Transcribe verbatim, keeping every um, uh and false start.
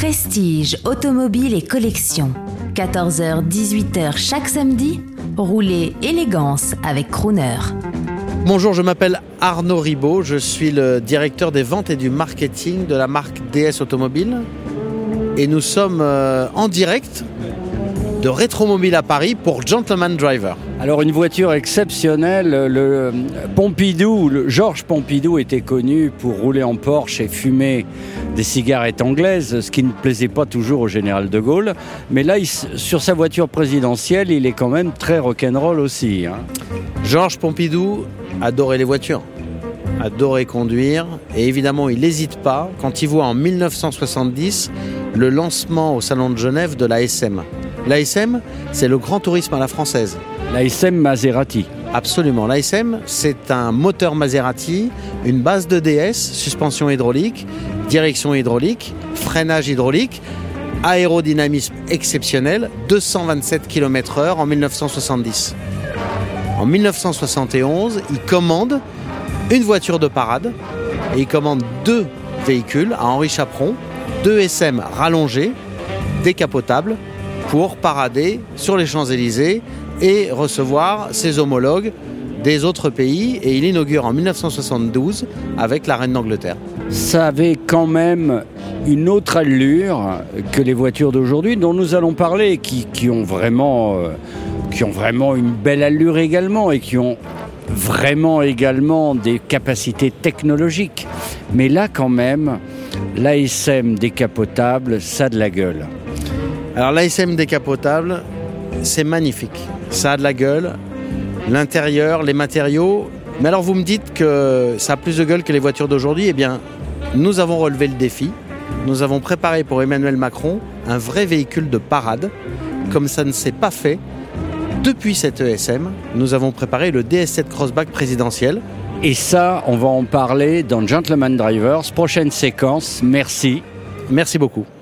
Prestige, automobile et collection. quatorze heures dix-huit heures chaque samedi, roulez élégance avec Crooner. Bonjour, je m'appelle Arnaud Ribaud, je suis le directeur des ventes et du marketing de la marque D S Automobile. Et nous sommes euh, en direct de Rétromobile à Paris pour Gentleman Driver. Alors une voiture exceptionnelle, le Pompidou, le Georges Pompidou était connu pour rouler en Porsche et fumer des cigarettes anglaises, ce qui ne plaisait pas toujours au général de Gaulle. Mais là, il, sur sa voiture présidentielle, il est quand même très rock'n'roll aussi. Hein. Georges Pompidou adorait les voitures, adorait conduire et évidemment il n'hésite pas quand il voit en dix-neuf cent soixante-dix le lancement au Salon de Genève de l'A S M. L'A S M, c'est le grand tourisme à la française. L'A S M Maserati. Absolument. L'A S M, c'est un moteur Maserati, une base de D S, suspension hydraulique, direction hydraulique, freinage hydraulique, aérodynamisme exceptionnel, deux cent vingt-sept kilomètres heure en dix-neuf cent soixante-dix. En dix-neuf cent soixante et onze, il commande une voiture de parade et il commande deux véhicules à Henri Chaperon, deux S M rallongés, décapotables, pour parader sur les Champs-Élysées et recevoir ses homologues des autres pays. Et il inaugure en dix-neuf cent soixante-douze avec la reine d'Angleterre. Ça avait quand même une autre allure que les voitures d'aujourd'hui dont nous allons parler, qui, qui, ont vraiment, euh, qui ont vraiment une belle allure également et qui ont vraiment également des capacités technologiques. Mais là quand même, l'A S M décapotable, ça a de la gueule. Alors l'A S M décapotable, c'est magnifique. Ça a de la gueule, l'intérieur, les matériaux. Mais alors vous me dites que ça a plus de gueule que les voitures d'aujourd'hui. Eh bien, nous avons relevé le défi. Nous avons préparé pour Emmanuel Macron un vrai véhicule de parade, comme ça ne s'est pas fait depuis cette E S M. Nous avons préparé le D S sept Crossback présidentiel. Et ça, on va en parler dans Gentleman Drivers. Prochaine séquence, merci. Merci beaucoup.